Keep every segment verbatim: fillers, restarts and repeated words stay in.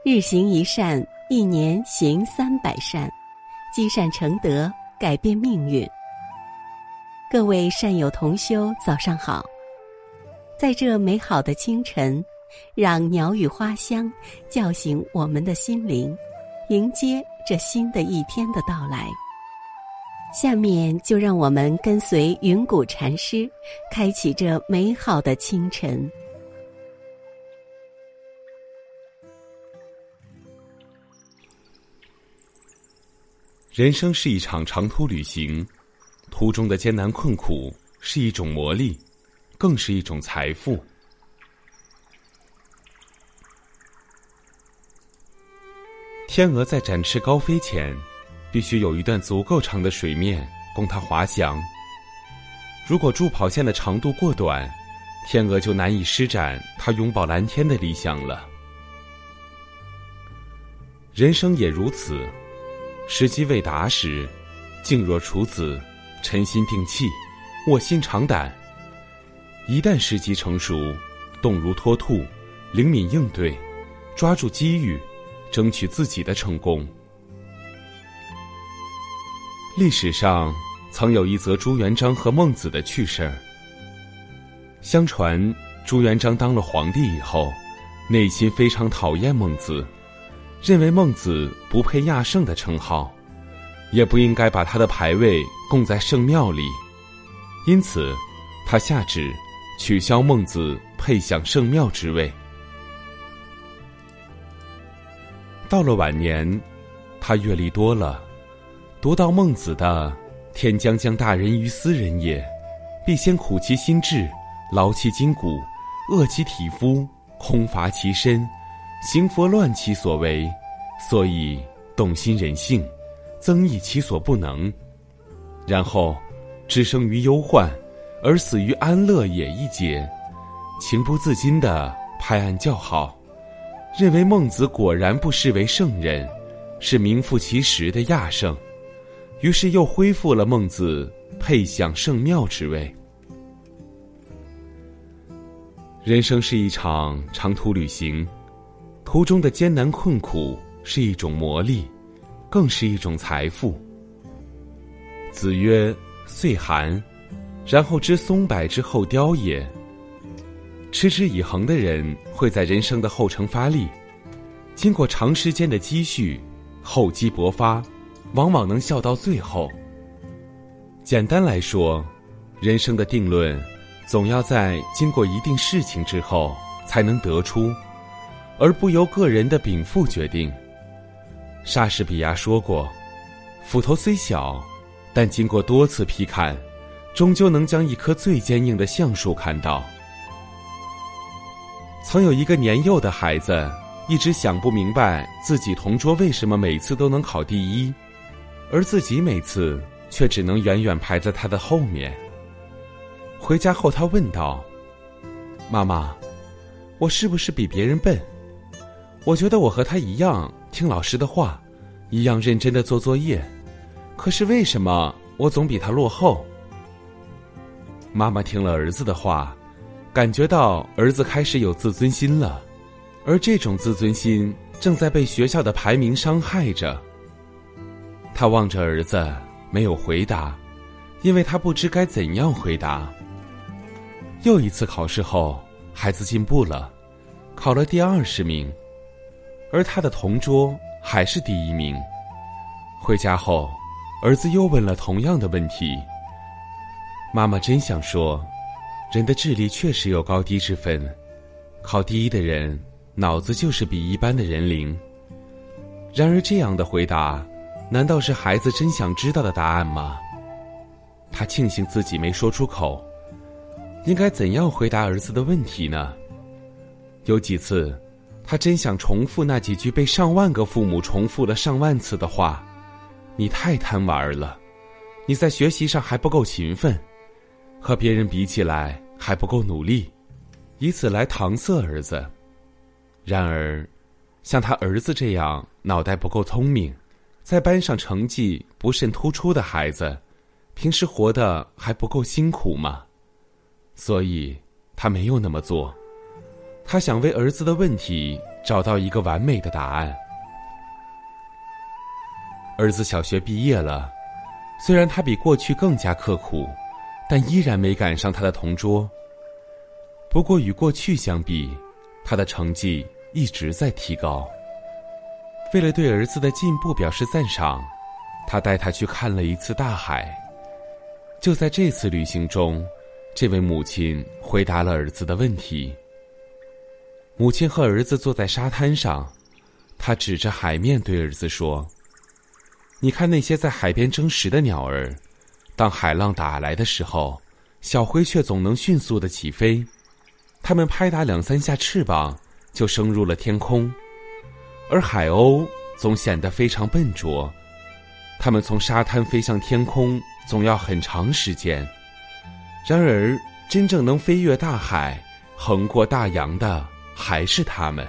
日行一善，一年行三百善，积善成德，改变命运。各位善友同修，早上好！在这美好的清晨，让鸟语花香叫醒我们的心灵，迎接这新的一天的到来。下面就让我们跟随云谷禅师，开启这美好的清晨。 人生是一场长途旅行，途中的艰难困苦是一种磨砺，更是一种财富。天鹅在展翅高飞前，必须有一段足够长的水面供它滑翔。如果助跑线的长度过短，天鹅就难以施展它拥抱蓝天的理想了。人生也如此，时机未达时，静若处子，沉心定气，卧薪尝胆。一旦时机成熟，动如脱兔，灵敏应对，抓住机遇，争取自己的成功。历史上曾有一则朱元璋和孟子的趣事儿。相传朱元璋当了皇帝以后，内心非常讨厌孟子，认为孟子不配亚圣的称号，也不应该把他的牌位供在圣庙里，因此他下旨取消孟子配享圣庙之位。到了晚年，他阅历多了，读到孟子的天将降大任于斯人也，必先苦其心志，劳其筋骨，饿其体肤，空乏其身，行拂乱其所为，所以动心人性，增益其所不能，然后置生于忧患，而死于安乐也一节，情不自禁地拍案叫好，认为孟子果然不失为圣人，是名副其实的亚圣，于是又恢复了孟子配享圣庙之位。人生是一场长途旅行，途中的艰难困苦是一种磨砺，更是一种财富。子曰：岁寒，然后知松柏之后凋也。持之以恒的人会在人生的后程发力，经过长时间的积蓄，厚积薄发，往往能笑到最后。简单来说，人生的定论总要在经过一定事情之后才能得出，而不由个人的禀赋决定。莎士比亚说过，斧头虽小，但经过多次劈砍，终究能将一棵最坚硬的橡树砍倒。曾有一个年幼的孩子，一直想不明白自己同桌为什么每次都能考第一，而自己每次却只能远远排在他的后面。回家后他问道：妈妈，我是不是比别人笨？我觉得我和他一样听老师的话，一样认真地做作业，可是为什么我总比他落后？妈妈听了儿子的话，感觉到儿子开始有自尊心了，而这种自尊心正在被学校的排名伤害着。他望着儿子，没有回答，因为他不知该怎样回答。又一次考试后，孩子进步了，考了第二十名，而他的同桌还是第一名。回家后，儿子又问了同样的问题。妈妈真想说，人的智力确实有高低之分，考第一的人脑子就是比一般的人灵。然而这样的回答，难道是孩子真想知道的答案吗？他庆幸自己没说出口。应该怎样回答儿子的问题呢？有几次，他真想重复那几句被上万个父母重复了上万次的话：你太贪玩了，你在学习上还不够勤奋，和别人比起来还不够努力，以此来搪塞儿子。然而，像他儿子这样脑袋不够聪明，在班上成绩不甚突出的孩子，平时活得还不够辛苦吗？所以他没有那么做。他想为儿子的问题找到一个完美的答案。儿子小学毕业了，虽然他比过去更加刻苦，但依然没赶上他的同桌。不过与过去相比，他的成绩一直在提高。为了对儿子的进步表示赞赏，他带他去看了一次大海。就在这次旅行中，这位母亲回答了儿子的问题。母亲和儿子坐在沙滩上，他指着海面对儿子说：你看那些在海边争食的鸟儿，当海浪打来的时候，小灰雀总能迅速地起飞，它们拍打两三下翅膀就升入了天空。而海鸥总显得非常笨拙，它们从沙滩飞向天空总要很长时间。然而真正能飞越大海横过大洋的还是它们。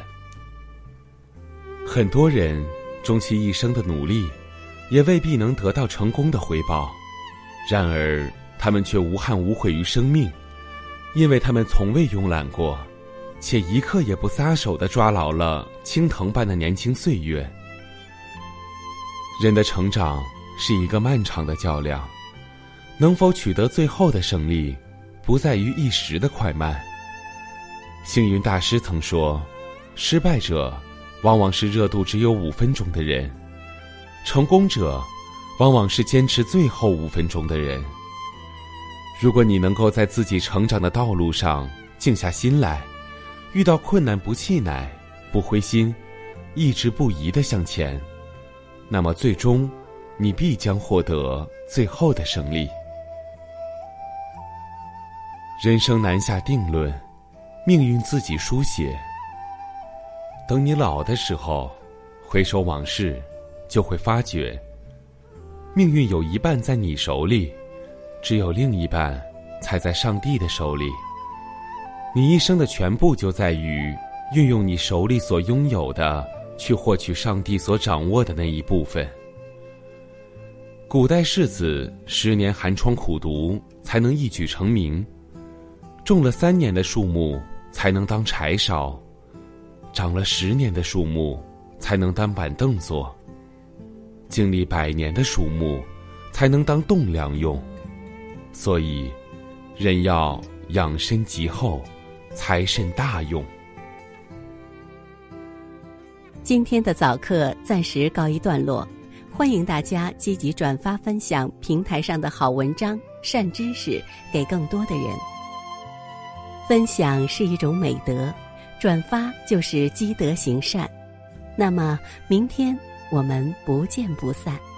很多人终其一生的努力也未必能得到成功的回报，然而他们却无憾无悔于生命，因为他们从未慵懒过，且一刻也不撒手地抓牢了青藤般的年轻岁月。人的成长是一个漫长的较量，能否取得最后的胜利，不在于一时的快慢。星云大师曾说，失败者往往是热度只有五分钟的人，成功者往往是坚持最后五分钟的人。如果你能够在自己成长的道路上静下心来，遇到困难不气馁，不灰心，一直不移地向前，那么最终你必将获得最后的胜利。人生难下定论，命运自己书写。等你老的时候，回首往事，就会发觉，命运有一半在你手里，只有另一半才在上帝的手里。你一生的全部就在于运用你手里所拥有的，去获取上帝所掌握的那一部分。古代士子十年寒窗苦读才能一举成名，种了三年的树木才能当柴烧，长了十年的树木才能当板凳坐，经历百年的树木才能当栋梁用。所以人要养身极厚，财神大用。 今天的早课暂时告一段落，欢迎大家积极转发分享平台上的好文章、善知识给更多的人。分享是一种美德，转发就是积德行善。那么明天我们不见不散。